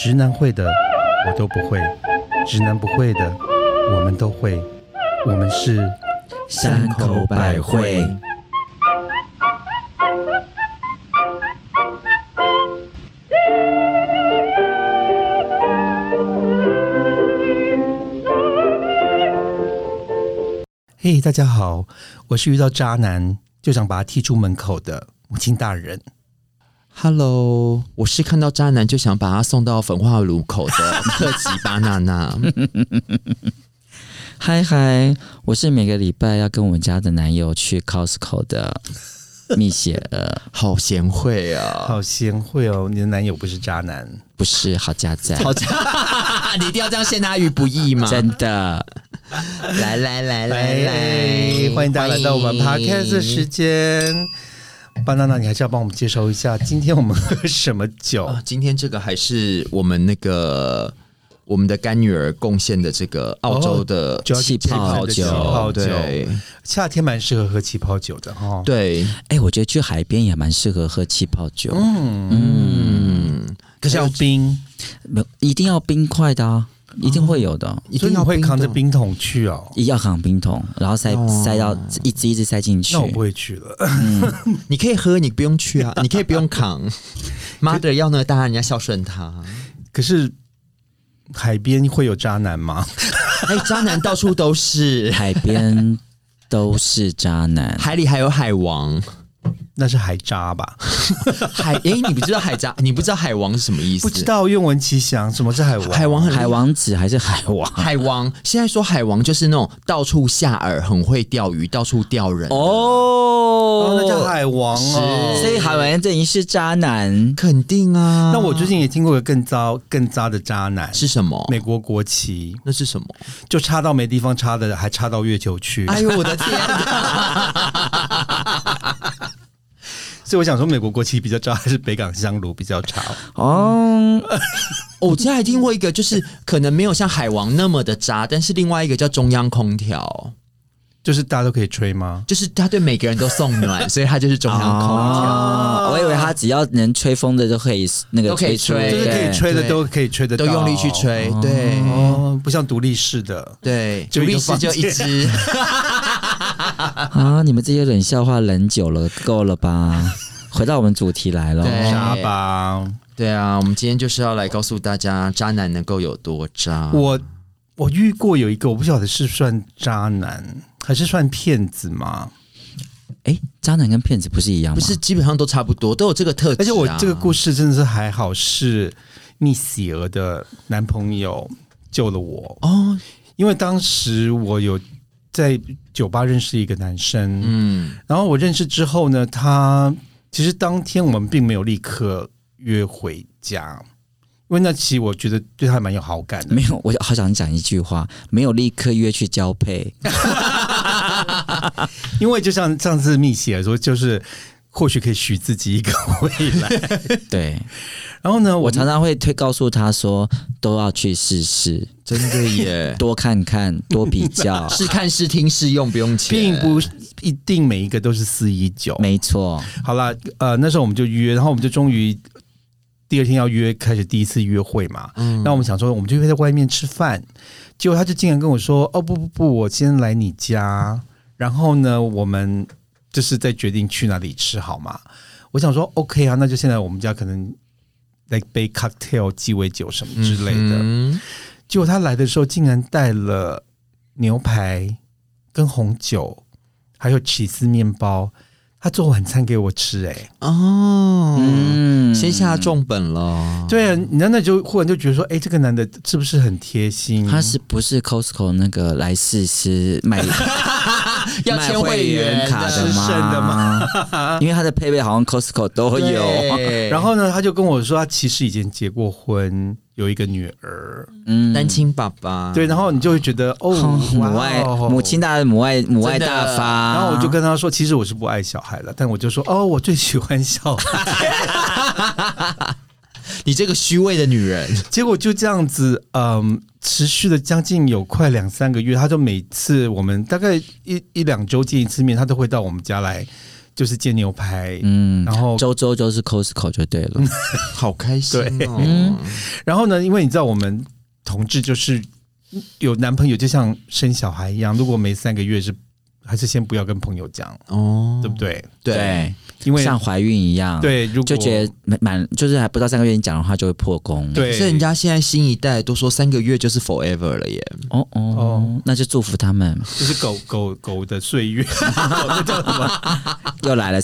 直男会的我都不会，直男不会的我们都会，我们是山口百惠。 嘿，大家好，我是遇到渣男就想把他踢出门口的母亲大人。 Hello， 我是看到渣男就想把他送到焚化炉口的特级巴娜娜。 嗨，我是每个礼拜要跟我们家的男友去 Costco 的蜜雪儿。 好贤惠啊， 好贤惠哦，你的男友不是渣男？ 不是，好家在， 好家，你一定要这样陷他于不义吗？ 真的。 来， 欢迎大家来到我们 Podcast 的时间。巴娜娜，你还是要帮我们介绍一下，今天我们喝什么酒？ 今天这个还是我们的干女儿贡献的这个澳洲的气泡酒， 对， 夏天蛮适合喝气泡酒的哈。 对， 我觉得去海边也蛮适合喝气泡酒。 可是要冰， 一定要冰块的啊。一定会有的， 所以你会扛着冰桶去哦？ 要扛冰桶，然后塞到一直塞进去。 那我不会去了。 你可以喝，你不用去啊，你可以不用扛。妈的，要那个大人家孝顺他。 可是海边会有渣男吗？ 渣男到处都是， 海边都是渣男， 海里还有海王。 那是海渣吧？ 你不知道海渣？你不知道海王是什么意思？ 不知道，愿闻其详。什么是海王？ 海王子还是海王？ 海王现在说海王就是那种到处下饵，很会钓鱼，到处钓人。 那叫海王哦。 所以海王这已经是渣男， 肯定啊。 那我最近也听过一个更渣的渣男是什么？ 美国国旗。 那是什么？ 就插到没地方插的，还插到月球去。 哎呦我的天所以我想说，美国国旗比较渣，还是北港香炉比较渣？ 我之前还听过一个，就是可能没有像海王那么的渣，但是另外一个叫中央空调， 就是大家都可以吹吗？ 就是他对每个人都送暖，所以他就是中央空调。 我以为他只要能吹风的都可以那个吹， 就是可以吹的都可以吹得到， 都用力去吹。对， 不像独立式的， 对，独立式就一支。 你们这些冷笑话冷久了，够了吧？回到我们主题来了， 渣吧？ 对啊，我们今天就是要来告诉大家，渣男能够有多渣。 我遇过有一个，我不晓得是算渣男还是算骗子吗？ 渣男跟骗子不是一样吗？ 不是，基本上都差不多，都有这个特质。 而且我这个故事真的是还好，是蜜喜儿的男朋友救了我哦，因为当时我有在酒吧认识一个男生，然后我认识之后呢，他其实当天我们并没有立刻约回家，因为那期我觉得对他蛮有好感的。 没有，我好想讲一句话，没有立刻约去交配。 因为就像上次蜜喜儿说，就是或许可以许自己一个未来。 对， 然后呢， 我常常会告诉他说，都要去试试， 真的耶， 多看看，多比较， 试看试听试用，不用钱， 并不一定每一个都是419。 没错。 好了，那时候我们就约，然后我们就终于第二天要约，开始第一次约会嘛。那我们想说，我们就约在外面吃饭，结果他就竟然跟我说：“哦不，我先来你家。”然后呢，我们就是再决定去哪里吃好吗？我想说 OK 啊，那就现在我们家可能来杯 cocktail 鸡尾酒什么之类的。结果他来的时候竟然带了牛排跟红酒，还有起司面包。他做晚餐给我吃， 先下重本了。 对啊，那就忽然就觉得说，这个男的是不是很贴心？ 他是不是 Costco 那个来试吃买要签会员卡的吗？因为他的配备好像 Costco 都有。 然后呢，他就跟我说，他其实已经结过婚，有一个女儿， 单亲爸爸。 对，然后你就会觉得母亲大人，母爱大发。 然后我就跟他说，其实我是不爱小孩了，但我就说，我最喜欢小孩。 你这个虚伪的女人。 结果就这样子，持续了将近有快2-3个月，他就每次我们大概1-2周见一次面，他都会到我们家来就是煎牛排，然后周周就是 Costco 就对了。 好开心哦。 然后呢，因为你知道我们同志就是有男朋友就像生小孩一样，如果没3个月还是先不要跟朋友讲哦，对不对？ 对， 因为像怀孕一样， 对，如果就觉得就是还不到3个月，你讲的话就会破功。 对， 所以人家现在新一代都说3个月就是 forever 了耶。 哦，那就祝福他们。 就是狗的岁月，那叫什么？ 又来了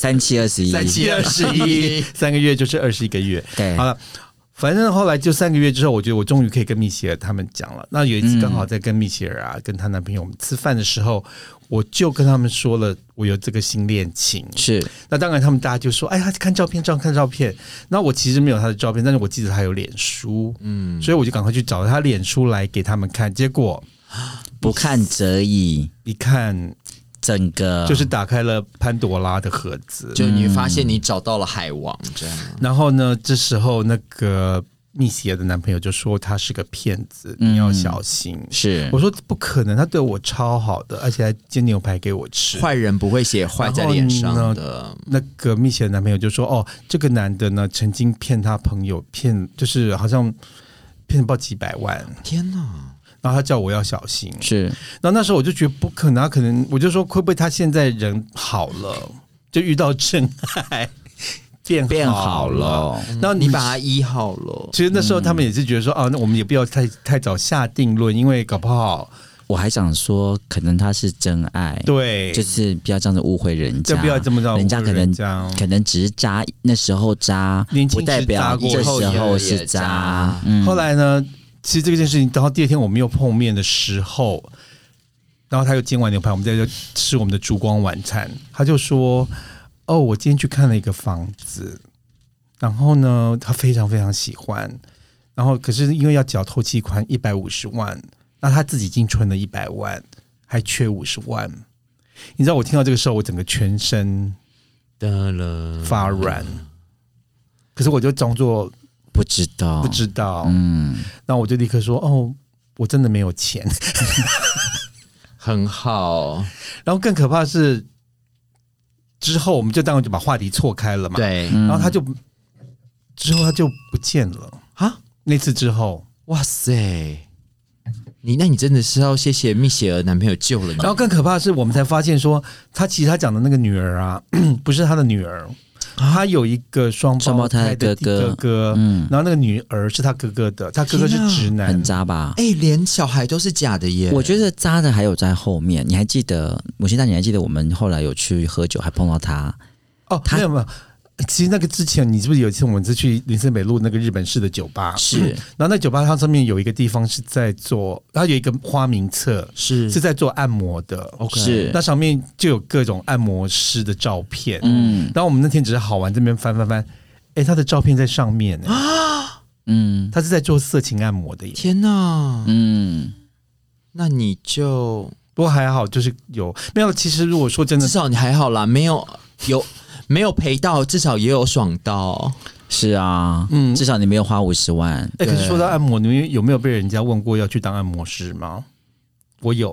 3721， 3个月就是21个月。 对， 好了。反正后来就3个月之后，我觉得我终于可以跟蜜雪儿他们讲了。那有一次刚好在跟蜜雪儿跟她男朋友我们吃饭的时候，我就跟他们说了我有这个新恋情。 是， 那当然他们大家就说：“哎呀，看照片，看照片。”那我其实没有他的照片，但是我记得他有脸书，所以我就赶快去找他脸书来给他们看。结果不看则已， 一看。 整个就是打开了潘多拉的盒子， 就你发现你找到了海王这样。 然后呢，这时候那个蜜雪儿的男朋友就说他是个骗子，你要小心。 是， 我说不可能，他对我超好的，而且还煎牛排给我吃。 坏人不会写坏在脸上的。 那个蜜雪儿的男朋友就说：“哦，这个男的呢，曾经骗他朋友，就是好像骗了几百万。” 天哪！ 然后他叫我要小心， 是。 然后那时候我就觉得不可能，可能我就说会不会他现在人好了，就遇到真爱变好了。 然后你把他医好了。 其实那时候他们也是觉得说，那我们也不要太早下定论，因为搞不好。 我还想说，可能他是真爱， 对， 就是不要这样子误会人家， 就不要这么人家可能只是渣，那时候渣，不代表这时候是渣。 后来呢？其实这件事情，等到第二天我们又碰面的时候，然后他又煎完牛排，我们在这吃我们的烛光晚餐。他就说：“哦，我今天去看了一个房子，然后呢，他非常非常喜欢，然后可是因为要缴头期款150万，那他自己已经存了100万，还缺50万。你知道我听到这个时候，我整个全身发软，可是我就装作。” 不知道，那我就立刻说：“哦，我真的没有钱。” 很好。 然后更可怕的是，之后我们就当然就把话题错开了嘛。 对， 然后之后他就不见了啊！那次之后， 哇塞！那你真的是要谢谢蜜雪儿男朋友救了你。 然后更可怕的是，我们才发现说，其实他讲的那个女儿啊，不是他的女儿。他有一个双胞胎的哥哥，然后那个女儿是他哥哥的，他哥哥是直男， 很渣吧？ 连小孩都是假的耶！ 我觉得渣的还有在后面，你还记得母亲大？你还记得我们后来有去喝酒，还碰到他？ 哦，没有。其实那个之前，你是不是有一次我们是去林森北路那个日本式的酒吧？ 是， 然后那酒吧它上面有一个地方是在做，它有一个花名册，是在做按摩的。 OK， 是， 那上面就有各种按摩师的照片。然后我们那天只是好玩，这边翻，他的照片在上面啊，他是在做色情按摩的耶。 天哪，那你就不过还好，就是没有？其实如果说真的， 至少你还好啦，没有赔到，至少也有爽到。 是啊，至少你没有花50万。 可是说到按摩，你有没有被人家问过要去当按摩师吗？我有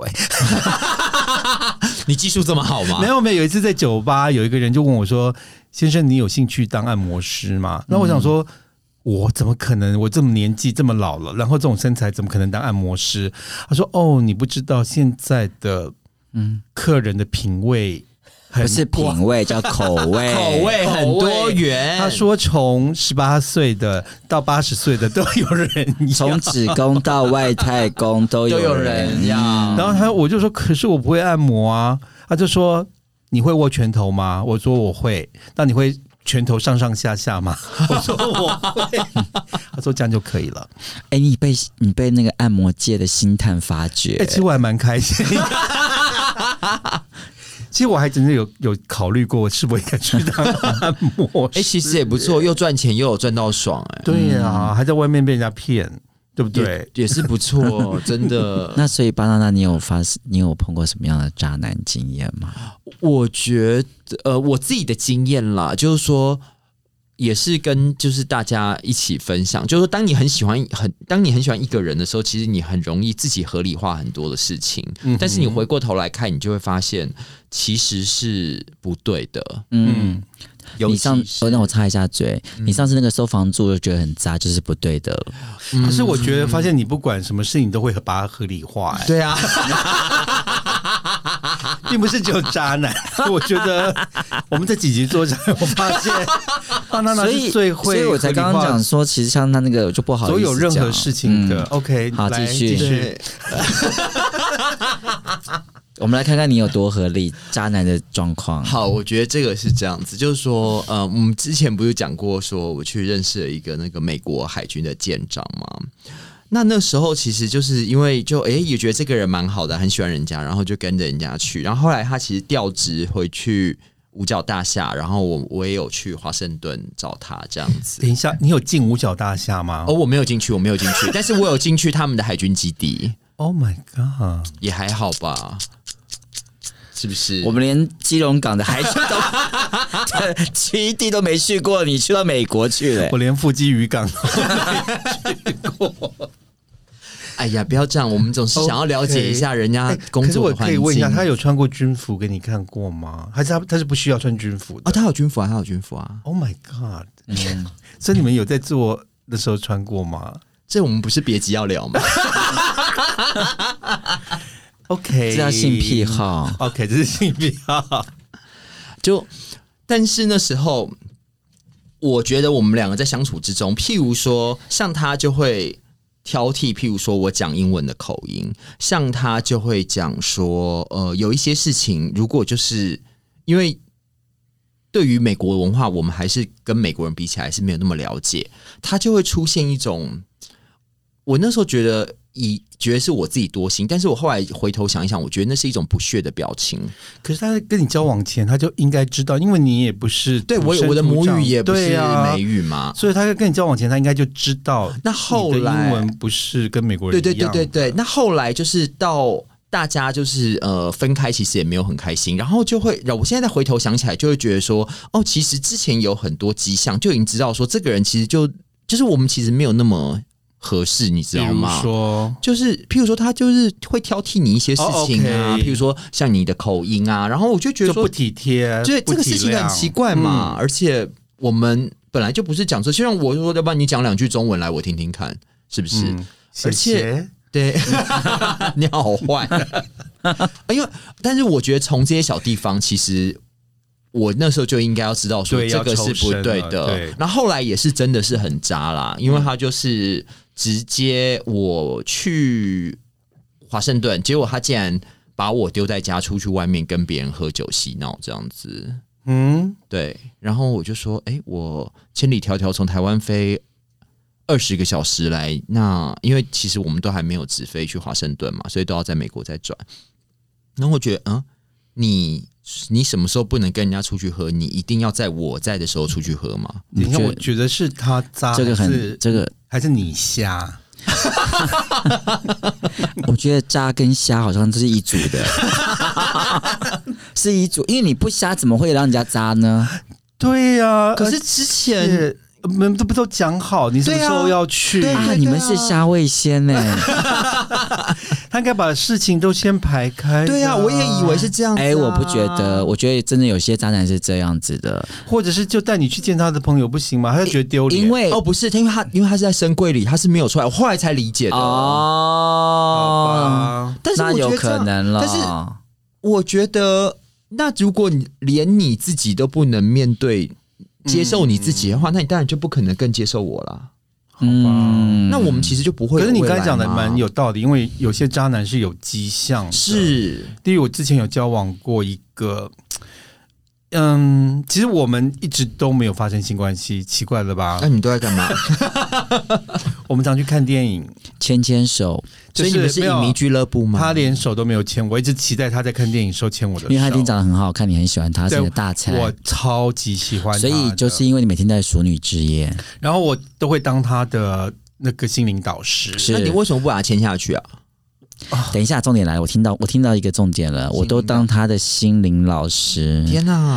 你技术这么好吗？ 没有，有一次在酒吧，有一个人就问我说：“先生，你有兴趣当按摩师吗？”那我想说，我怎么可能？我这么年纪这么老了，然后这种身材怎么可能当按摩师？他说：“哦，你不知道现在的客人的品味。” 不是品味，叫口味， 口味很多元。 他说从18岁的到80岁的都有人要， 从子宫到外太空都有人要。 然后我就说，可是我不会按摩啊。他就说，你会握拳头吗？我说我会。那你会拳头上上下下吗？我说我会。他说这样就可以了。 你被那个按摩界的星探发掘。 其实我还蛮开心。其实我还真的有考虑过，我是否应该去当按摩师。 其实也不错，又赚钱又有赚到爽。 对啊，还在外面被人家骗，对不对？ 也是不错，真的。 那所以巴娜娜，你有碰过什么样的渣男经验吗？ 我觉得我自己的经验啦，就是说， 也是跟就是大家一起分享，就是说当你很喜欢一个人的时候，其实你很容易自己合理化很多的事情，但是你回过头来看，你就会发现其实是不对的。 让我插一下嘴，你上次那个收房租就觉得很渣，就是不对的。 可是我觉得发现你不管什么事情都会把它合理化。 对啊。 并不是只有渣男，我觉得我们这几集做下来，我发现娜是最会， 所以我才刚刚讲说，其实像他那个就不好意思所有任何事情的。OK， 好，继续。我们来看看你有多合理，渣男的状况。 好，我觉得这个是这样子，就是说，我们之前不是讲过，说我去认识了一个那个美国海军的舰长吗？那时候其实就是因为也觉得这个人蛮好的，很喜欢人家，然后就跟着人家去。然后后来他其实调职回去五角大厦，然后我也有去华盛顿找他这样子。 等一下，你有进五角大厦吗？ 我没有进去，但是我有进去他们的海军基地。 Oh my god， 也还好吧。是不是？ 我们连基隆港的海军基地都没去过，你去到美国去了。 我连富基渔港都没去过。 哎呀，不要这样，我们总是想要了解一下人家工作的环境。 可是我可以问一下，他有穿过军服给你看过吗？还是他是不需要穿军服的？ 他有军服啊，他有军服啊。 Oh my god！所以你们有在做的时候穿过吗？ 这我们不是别急要聊吗 ？OK， 这叫性癖好。 OK， 这是性癖好。 但是那时候，我觉得我们两个在相处之中，譬如说，像他就会挑剔，譬如说我讲英文的口音，像他就会讲说，有一些事情，如果就是因为对于美国文化，我们还是跟美国人比起来是没有那么了解，他就会出现一种，我那时候觉得是我自己多心，但是我后来回头想一想，我觉得那是一种不屑的表情。 可是他在跟你交往前，他就应该知道，因为你也不是对我的母语也不是美语嘛， 所以他在跟你交往前，他应该就知道。 那后来英文不是跟美国人一样。 对。那后来就是到大家就是分开，其实也没有很开心，然后就会，我现在再回头想起来，就会觉得说，其实之前有很多迹象就已经知道说，这个人其实就是我们其实没有那么合适，你知道吗？ 比如说， 譬如说，他就是会挑剔你一些事情啊，譬如说像你的口音啊，然后我就觉得说就不体贴， 对这个事情很奇怪嘛。而且我们本来就不是讲说，就像我说，要不然你讲2句中文来我听听看，是不是？而且对，你好坏，但是我觉得从这些小地方，其实我那时候就应该要知道说这个是不对的。那后来也是真的是很渣啦，因为他就是直接我去华盛顿，结果他竟然把我丢在家，出去外面跟别人喝酒嬉闹这样子。对。然后我就说，我千里迢迢从台湾飞20个小时来，那因为其实我们都还没有直飞去华盛顿嘛，所以都要在美国再转。然后我觉得，你什么时候不能跟人家出去喝？你一定要在我在的时候出去喝吗？ 你看，我觉得是他渣，还是你瞎？ 我觉得渣跟瞎好像是一组的，是一组，因为你不瞎怎么会让人家渣呢？ 对呀， 可是之前我们都讲好，你什么时候要去？ 对啊，你们是虾味先呢。 他应该把事情都先排开。 对啊，我也以为是这样子。 我不觉得，我觉得真的有些渣男是这样子的， 或者是就带你去见他的朋友不行吗？他就觉得丢脸。 因为不是，因为他是在深柜里，他是没有出来，我后来才理解的。但是那有可能了。 但是我觉得，那如果你连你自己都不能面对、接受你自己的话，那你当然就不可能更接受我啦。 好吧， 那我们其实就不会。 可是你刚才讲的蛮有道理，因为有些渣男是有迹象的。 是， 第一，我之前有交往过一个，其实我们一直都没有发生性关系，奇怪了吧？ 那你都在干嘛？ 我们常去看电影， 牵手。 所以你们是影迷俱乐部吗？ 他连手都没有牵我，一直期待他在看电影时候牵我的手， 因为他一定长得很好看，你很喜欢他，是你的大菜。 我超级喜欢他， 所以就是因为你每天在淑女之夜， 然后我都会当他的那个心灵导师。 那你为什么不把他牵下去啊？ 等一下，重点来了，我听到一个重点了，我都当他的心灵老师。 天哪！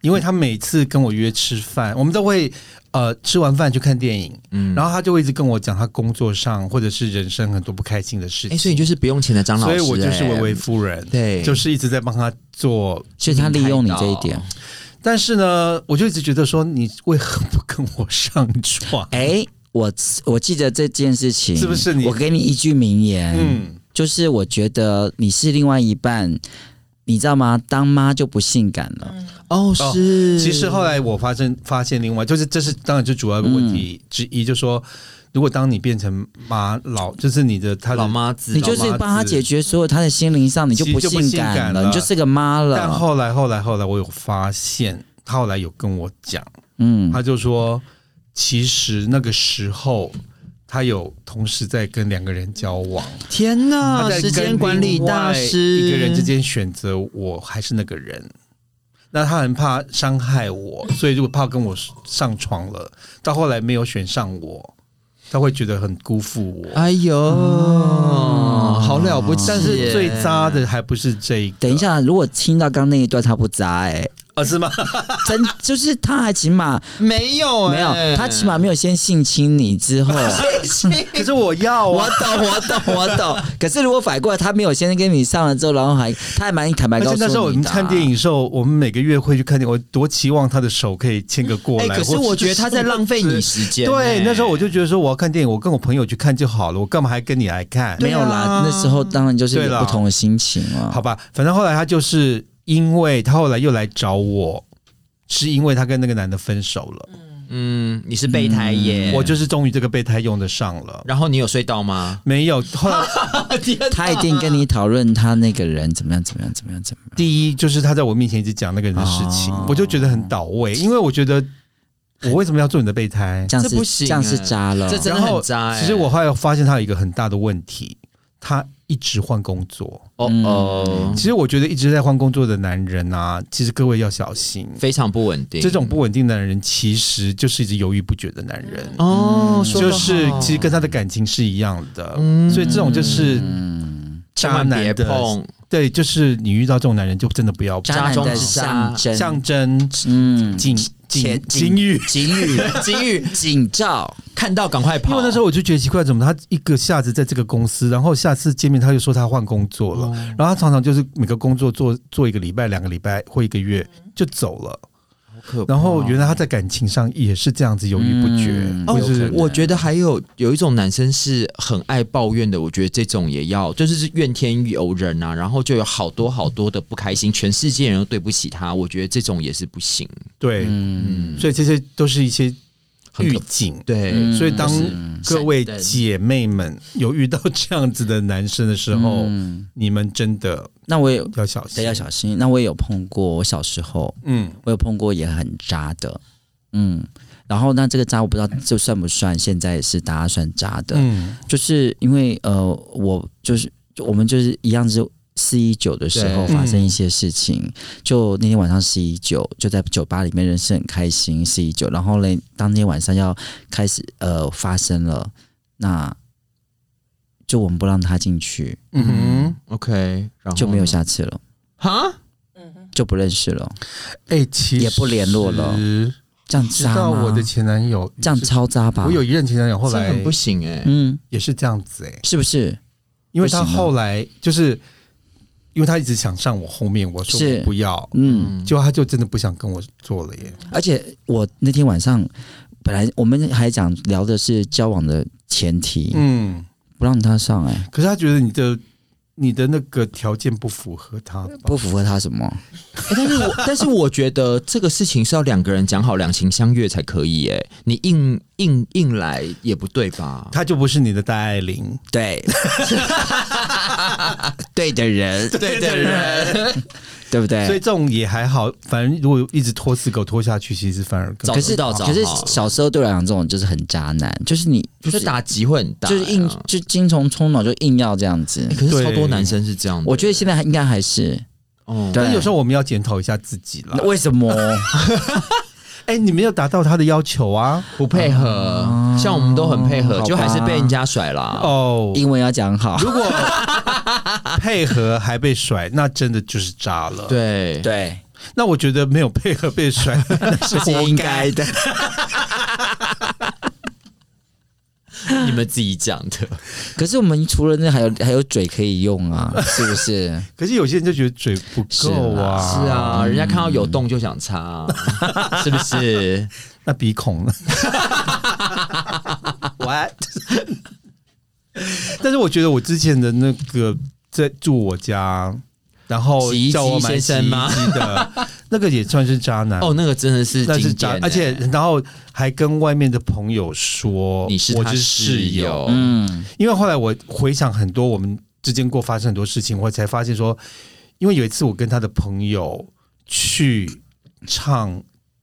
因为他每次跟我约吃饭，我们都会吃完饭去看电影，然后他就会一直跟我讲他工作上或者是人生很多不开心的事情。 所以你就是不用钱的张老师， 所以我就是维维夫人， 对， 就是一直在帮他做， 所以他利用你这一点。 但是呢，我就一直觉得说，你为何不跟我上床？ 我记得这件事情， 是不是你？ 我给你一句名言，就是我觉得你是另外一半，你知道吗？当妈就不性感了。 是。 其实后来我发现另外，就是这是当然就主要的问题之一，就是说，如果当你变成就是他的老妈子， 你就是帮他解决所有他的心灵上，你就不性感了，你就是个妈了。 但后来我有发现，他后来有跟我讲，他就说，其实那个时候他有同时在跟2个人交往。 天哪，时间管理大师， 一个人之间选择我还是那个人。那他很怕伤害我，所以如果怕跟我上床了，到后来没有选上我，他会觉得很辜负我。 哎呦，好了不起！ 但是最渣的还不是这一个。 等一下，如果听到刚那一段，他不渣是吗？ 就是他还起码没有， 他起码没有先性侵你之后， 可是我要我懂。可是如果反过来，他没有先跟你上了之后，然后他还蛮坦白告诉你的。 而且那时候我们看电影的时候，我们每个月会去看电影，我多期望他的手可以牵个过来。 可是我觉得他在浪费你时间。 对，那时候我就觉得说，我要看电影，我跟我朋友去看就好了，我干嘛还跟你来看？ 没有啦，那时候当然就是有不同的心情了。 好吧，反正后来他就是。因为他后来又来找我，是因为他跟那个男的分手了。 你是备胎耶， 我就是终于这个备胎用得上了。 然后你有睡到吗？ 没有。后来他一定跟你讨论他那个人怎么样。 第一就是他在我面前一直讲那个人的事情，我就觉得很倒胃，因为我觉得我为什么要做你的备胎？ 这不行，这样是渣了， 这真的很渣。 其实我后来发现他有一个很大的问题，他一直换工作。其实我觉得一直在换工作的男人啊，其实各位要小心， 非常不稳定。 这种不稳定的男人其实就是一直犹豫不决的男人。就是其实跟他的感情是一样的。所以这种就是渣男的碰。对，就是你遇到这种男人就真的不要碰。 渣男的象征， 警语， 警兆， 看到赶快跑。 因为那时候我就觉得奇怪，怎么他一个下子在这个公司，然后下次见面他就说他换工作了，然后他常常就是每个工作做1个礼拜、2个礼拜或1个月就走了。然后原来他在感情上也是这样子犹豫不决。 我觉得还有一种男生是很爱抱怨的，我觉得这种也要就是怨天尤人啊，然后就有好多的不开心，全世界人都对不起他，我觉得这种也是不行。 对，所以这些都是一些预警。 对， 所以当各位姐妹们有遇到这样子的男生的时候，你们真的那我也要小心， 要小心。那我也有碰过，我小时候，我有碰过也很渣的，然后那这个渣我不知道这算不算，现在也是大家算渣的，就是因为我们就是一样是419的时候发生一些事情，就那天晚上419就在酒吧里面认识很开心419，然后呢，当天晚上要开始发生了，那就我们不让他进去 ，OK， 然后就没有下次了，就不认识了， 其实也不联络了，这样渣吗？ 知道我的前男友这样超渣吧？ 我有一任前男友后来很不行也是这样子是不是？ 因为他后来就是因为他一直想上我后面，我说我不要，结果他就真的不想跟我做了耶。 而且我那天晚上本来我们还聊的是交往的前提，不让他上可是他觉得你的那个条件不符合他， 不符合他什么？ 但是我觉得这个事情是要2个人讲好，两情相悦才可以你硬来也不对吧？ 他就不是你的戴爱玲， 对，对的人，对不对？ 所以这种也还好，反正如果一直拖死狗拖下去，其实反而更可是小时候对我来讲，这种就是很渣男，就是你就是打击会很大， 就是就精虫充脑，就硬要这样子。 可是超多男生是这样的， 我觉得现在应该还是但有时候我们要检讨一下自己了。 为什么？ 你没有达到他的要求啊， 不配合，像我们都很配合，就还是被人家甩了。 英文要讲好。 如果配合还被甩，那真的就是渣了。 对， 那我觉得没有配合被甩那是应该的。 你们自己讲的。 可是我们除了那还有嘴可以用啊，是不是？ 可是有些人就觉得嘴不够啊， 是啊，人家看到有洞就想插，是不是？ 那鼻孔呢？What？ 但是我觉得我之前的那个在住我家，然后叫我买洗衣机的那个也算是渣男哦，那个真的是经典欸， 而且然后还跟外面的朋友说你是他室友， 因为后来我回想很多我们之间发生很多事情，我才发现说，因为有一次我跟他的朋友去唱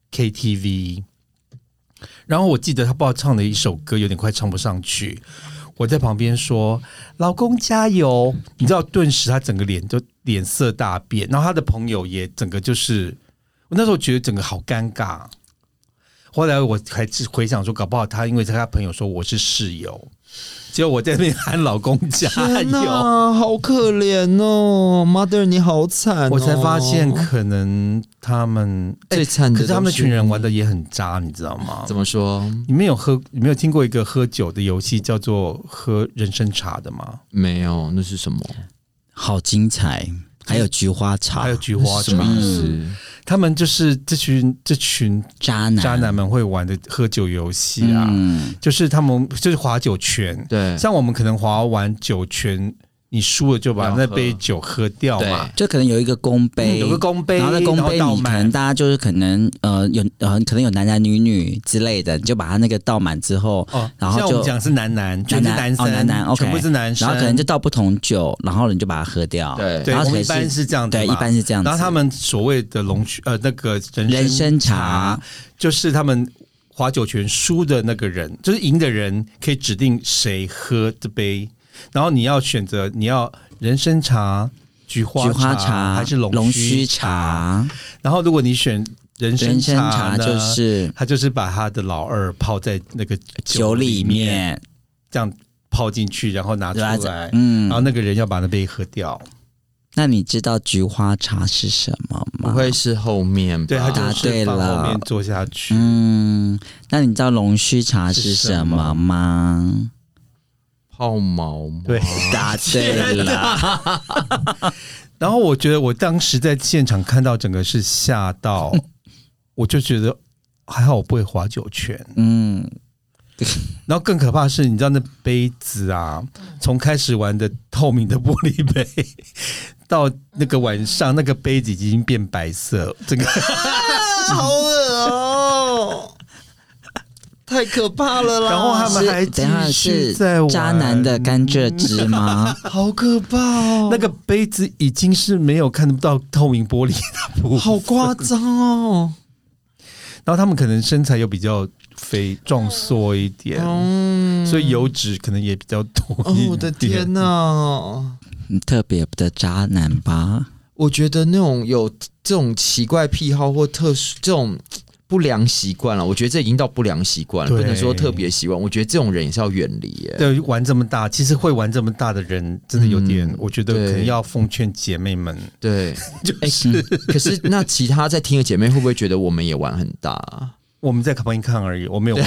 KTV， 然后我记得他不知道唱的一首歌有点快唱不上去。我在旁边说：“老公加油！”你知道，顿时他整个脸色大变，然后他的朋友也整个就是，我那时候觉得整个好尴尬。后来我还回想说，搞不好他因为他朋友说我是室友，结果我在那边喊老公加油， 好可怜哦 ，Mother 你好惨哦！ 我才发现可能他们最惨的， 可是他们那群人玩的也很渣，你知道吗？ 怎么说？ 你没有听过一个喝酒的游戏叫做喝人参茶的吗？ 没有，那是什么？ 好精彩！还有菊花茶， 还有菊花茶， 什么意思？ 他们就是这群渣男们会玩的喝酒游戏啊，就是他们就是划酒泉， 对， 像我们可能划完酒泉，你输了就把那杯酒喝掉嘛， 就可能有一个公杯， 有个公杯， 然后那公杯你可能大家就是可能可能有男女之类的，你就把它那个倒满之后，然后就像我们讲是男全是男生， 男 OK， 全部是男生， 然后可能就倒不同酒，然后你就把它喝掉， 对， 然后一般是这样子， 对，一般是这样子。 然后他们所谓的那个人参茶，就是他们划酒泉输的那个人，就是赢的人可以指定谁喝这杯。然后你要选择，你要人参茶、菊花茶还是龙须茶？然后如果你选人参茶呢，他就是把他的老二泡在那个酒里面，这样泡进去，然后拿出来，然后那个人要把那杯喝掉。 那你知道菊花茶是什么吗？ 不会是后面吧？ 对，他就是把后面做下去。 那你知道龙须茶是什么吗？ 泡毛吗？ 对， 答对了。 然后我觉得我当时在现场看到整个是吓到，我就觉得还好我不会划酒泉。然后更可怕的是，你知道那杯子啊，从开始玩的透明的玻璃杯，到那个晚上那个杯子已经变白色，这个好恶哦。太可怕了啦！ 然后他们还继续在玩渣男的甘蔗汁吗？ 好可怕哦！ 那个杯子已经是没有看不到透明玻璃的部分， 好夸张哦！ 然后他们可能身材又比较壮硕一点，所以油脂可能也比较多一点。 我的天哪！ 特别的渣男吧？ 我觉得那种有这种奇怪癖好或特殊这种不良习惯了，我觉得这已经到不良习惯了，不能说特别习惯。我觉得这种人也是要远离耶。 对，玩这么大，其实会玩这么大的人，真的有点，我觉得可能要奉劝姐妹们。 对， 就是。 可是那其他在听的姐妹会不会觉得我们也玩很大我们在旁边看而已，我没有玩。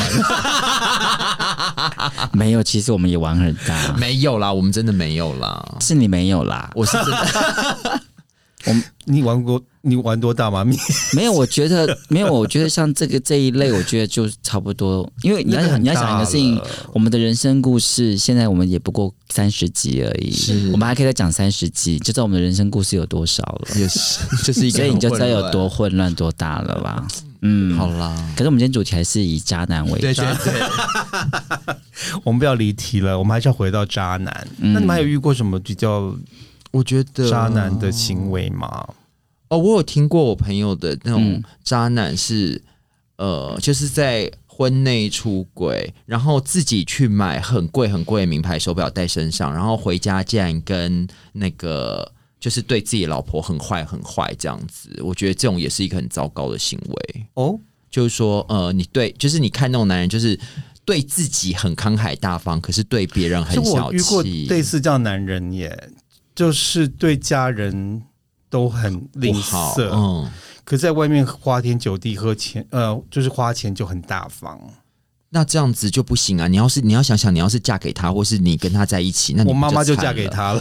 没有，其实我们也玩很大。 没有啦，我们真的没有啦。 是你没有啦， 我是真的。 你玩多大吗？ 没有，我觉得没有，我觉得像这一类，我觉得就差不多。因为你要想一个事情，我们的人生故事，现在我们也不过30集而已，我们还可以再讲30集，就知道我们的人生故事有多少了。 也是，就是一个， 所以你就知道有多混乱多大了吧？ 好啦。 可是我们今天主题还是以渣男为主。 对。 我们不要离题了，我们还是要回到渣男。那你们还有遇过什么比较？ 我觉得渣男的行为吗？ 我有听过我朋友的那种渣男是，就是在婚内出轨，然后自己去买很贵很贵的名牌手表戴身上，然后回家竟然跟那个就是对自己老婆很坏很坏这样子。我觉得这种也是一个很糟糕的行为哦。就是说，就是你看那种男人，就是对自己很慷慨大方，可是对别人很小气。 我遇过类似这样的男人耶。就是对家人都很吝啬， 可是在外面花天酒地喝钱，就是花钱就很大方。 那这样子就不行啊！你要想想，你要是嫁给他，或是你跟他在一起，那你我妈妈就嫁给他了。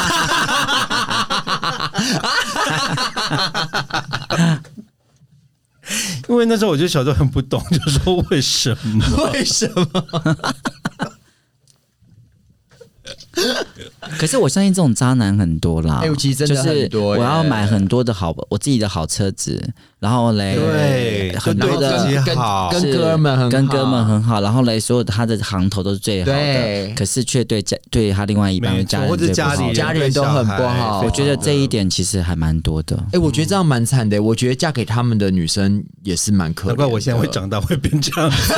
因为那时候我就小时候很不懂，就说为什么？ 为什么？ 可是我相信这种渣男很多啦， 其实真的很多， 就是我要买很多的我自己的好车子，然后嘞， 对， 很多的跟哥们很好， 然后嘞，所有他的行头都是最好的，可是却对他另外一半的家人或者家人都很不好。 我觉得这一点其实还蛮多的。 我觉得这样蛮惨的。我觉得嫁给他们的女生也是蛮可怜的。 难怪我现在会长大会变这样子。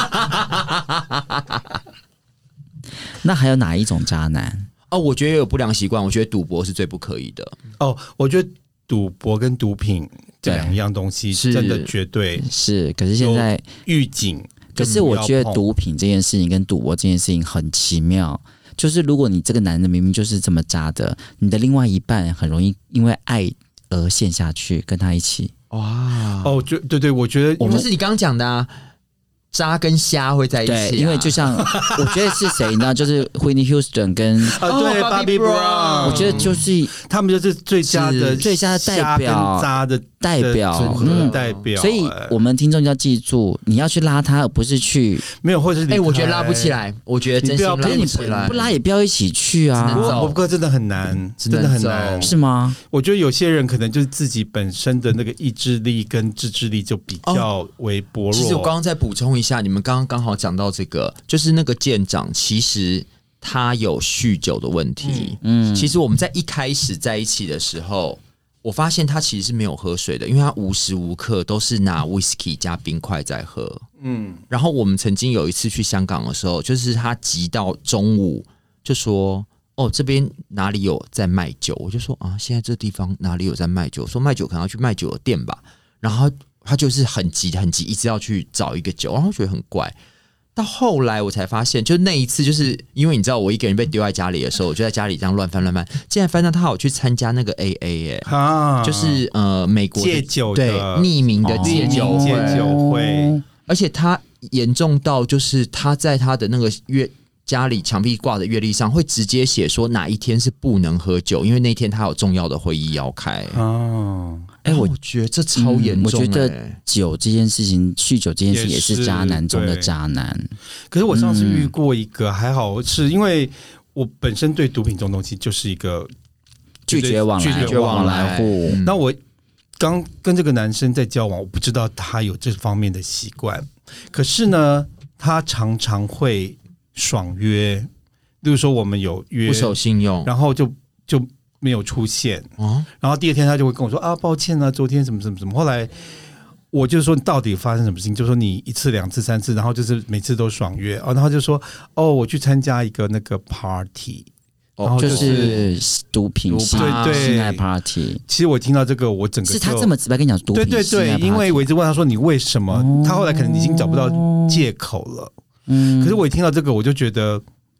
那还有哪一种渣男？ 我觉得有不良习惯，我觉得赌博是最不可以的。 我觉得赌博跟毒品这两样东西真的绝对是。可是现在预警。 可是我觉得毒品这件事情跟赌博这件事情很奇妙，就是如果你这个男人明明就是这么渣的，你的另外一半很容易因为爱而陷下去，跟他一起。 哇！ 对，我觉得就是你刚刚讲的啊。渣跟虾会在一起、 对，因为就像我觉得是谁，你知道，就是 Whitney Houston 跟对 Bobby Brown， 我觉得就是他们就是最佳的代表， 渣的代表， 代表。 所以我们听众要记住，你要去拉他，而不是去没有，或者是我觉得拉不起来，我觉得真心拉不起来， 不拉也不要一起去啊。 不过真的很难，真的很难， 是吗？ 我觉得有些人可能就是自己本身的那个意志力跟自制力就比较为薄弱。 其实我刚刚再补充一下，你们刚好讲到这个，就是那个舰长，其实他有酗酒的问题。其实我们在一开始在一起的时候，我发现他其实是没有喝水的，因为他无时无刻都是拿 whisky 加冰块在喝。然后我们曾经有一次去香港的时候，就是他急到中午就说：“这边哪里有在卖酒？”我就说：“现在这地方哪里有在卖酒？”说卖酒可能要去卖酒的店吧。然后他就是很急，一直要去找一个酒，然后觉得很怪。到后来我才发现，就那一次，就是因为你知道我一个人被丢在家里的时候，我就在家里这样乱翻，竟然翻到他有去参加那个 AA，就是美国戒酒对匿名的戒酒会， 而且他严重到就是他在他的那个家里墙壁挂的月历上会直接写说哪一天是不能喝酒，因为那天他有重要的会议要开。我觉得这超严重。 我觉得酒这件事情，酗酒这件事情也是渣男中的渣男。 可是我上次遇过一个，还好是因为我本身对毒品这种东西就是一个拒绝往来户。 那我刚跟这个男生在交往，我不知道他有这方面的习惯，可是呢，他常常会爽约，例如说我们有约不守信用， 然后就没有出现，然后第二天他就会跟我说抱歉啊，昨天什么。后来我就说你到底发生什么事情，就说你1次2次3次，然后就是每次都爽约，然后就说我去参加一个那个 party， 然后就是毒品性爱 party。 其实我听到这个，我整个是他这么直白跟你讲毒品性爱 party， 因为我一直问他说你为什么，他后来可能已经找不到借口了。可是我一听到这个，我就觉得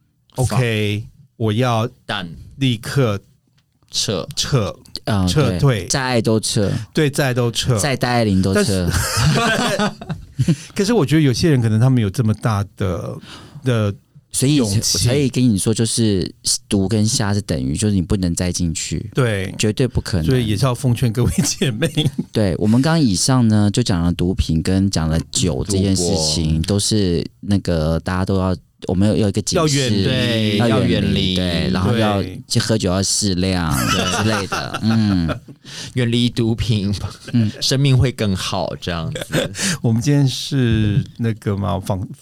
OK， 我要立刻撤退， 再爱都撤， 对，再爱都撤， 再戴爱玲都撤。 可是我觉得有些人可能他们有这么大的所以可以跟你说，就是毒跟虾是等于，就是你不能再进去， 对， 绝对不可能。 所以也是要奉劝各位姐妹。 对，我们刚刚以上呢，就讲了毒品跟讲了酒这件事情，都是那个大家都要。我们有一个警示， 要远离， 对，然后要去喝酒要适量之类的， 远离毒品，生命会更好，这样子。 我们今天是那个嘛，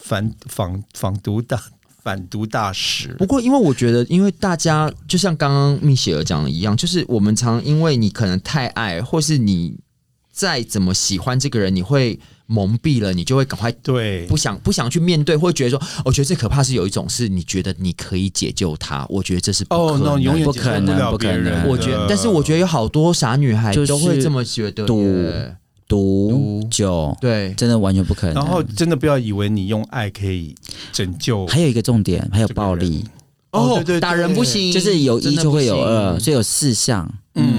反毒大使。 不过，因为我觉得，因为大家就像刚刚蜜雪儿讲的一样，就是我们常因为你可能太爱，或是你再怎么喜欢这个人，你会蒙蔽了，你就会赶快不想去面对，或觉得说，我觉得最可怕是有一种是你觉得你可以解救他，我觉得这是不可能， 永远解救不了别人。 我觉得，但是我觉得有好多傻女孩都会这么觉得， 毒酒， 对， 真的完全不可能。 然后真的不要以为你用爱可以拯救。 还有一个重点，还有暴力。 对，打人不行， 就是有1就会有2，所以有4项。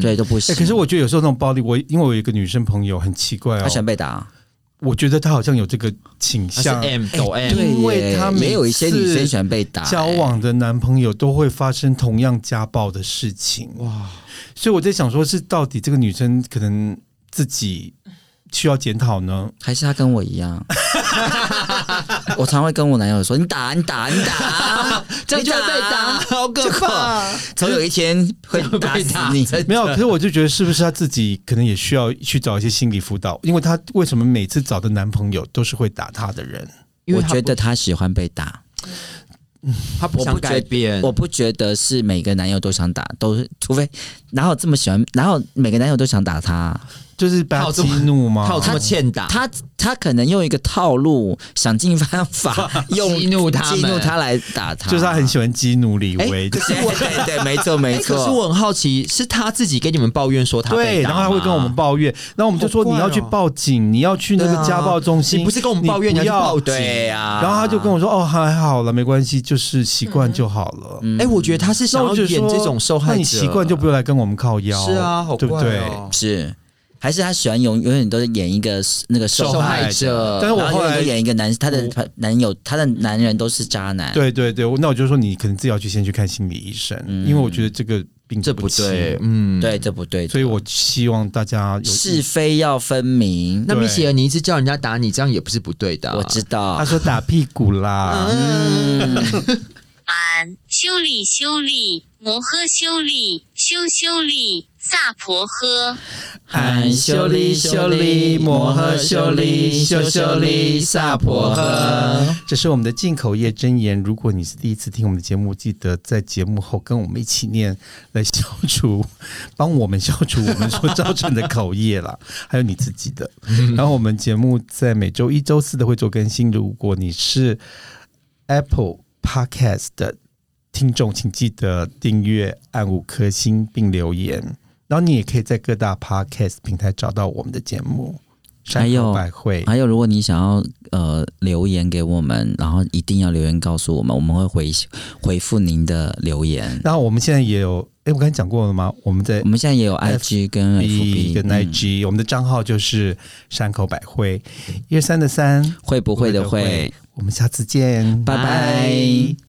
对，都不行。 可是我觉得有时候那种暴力，因为我有一个女生朋友很奇怪她喜欢被打。 我觉得她好像有这个倾向， 对， 因为她也有一些女生喜欢被打， 交往的男朋友都会发生同样家暴的事情。哇！所以我在想，说是到底这个女生可能自己需要检讨呢， 还是她跟我一样？我常会跟我男友说：“你打， 这样就会被打，好可怕！ 总有一天会打死你。” 没有，可是我就觉得是不是她自己可能也需要去找一些心理辅导，因为她为什么每次找的男朋友都是会打她的人？ 我觉得她喜欢被打。 他不想改变， 我不觉得是每个男友都想打，都是除非哪有这么喜欢，哪有每个男友都想打他， 就是被他激怒吗？ 他有这么欠打？ 他可能用一个套路，想尽办法用激怒他来打他， 就是他很喜欢激怒李威。 对，没错。 可是我很好奇，是他自己跟你们抱怨说他被打， 然后他会跟我们抱怨，然后我们就说你要去报警，你要去那个家暴中心， 你不是跟我们抱怨你要去报警？ 对呀。 然后他就跟我说：“哦，还好了，没关系，就是习惯就好了。” 我觉得他是想要演这种受害者， 那你习惯就不用来跟我们靠腰。 是啊，好怪哦， 对不对？ 是。还是他喜欢永远都是演一个那个受害者， 但是我后来演一个他的男友，他的男人都是渣男。 对，那我就说你可能自己要先去看心理医生，因为我觉得这个病这不对， 对，这不对。 所以我希望大家是非要分明。 那米歇尔，你一直叫人家打你，这样也不是不对的。 我知道， 他说打屁股啦。 修理摩诃修理修理萨婆诃。 修理摩诃修理萨婆诃。这是我们的进口业真言。如果你是第一次听我们的节目，记得在节目后跟我们一起念，来帮我们消除我们所造成的口业啦，还有你自己的。然后我们节目在每周一、周四的会做更新。如果你是 Apple Podcast 的听众，请记得订阅、按5颗星并留言。然后你也可以在各大 Podcast 平台找到我们的节目。山口百惠， 还有如果你想要留言给我们，然后一定要留言告诉我们，我们会回复您的留言。 然后我们现在也有，我刚才讲过了吗？我们现在也有 IG 跟 FB 跟 IG，我们的账号就是山口百惠，123的3， 会不会的会。 我们下次见， 拜拜。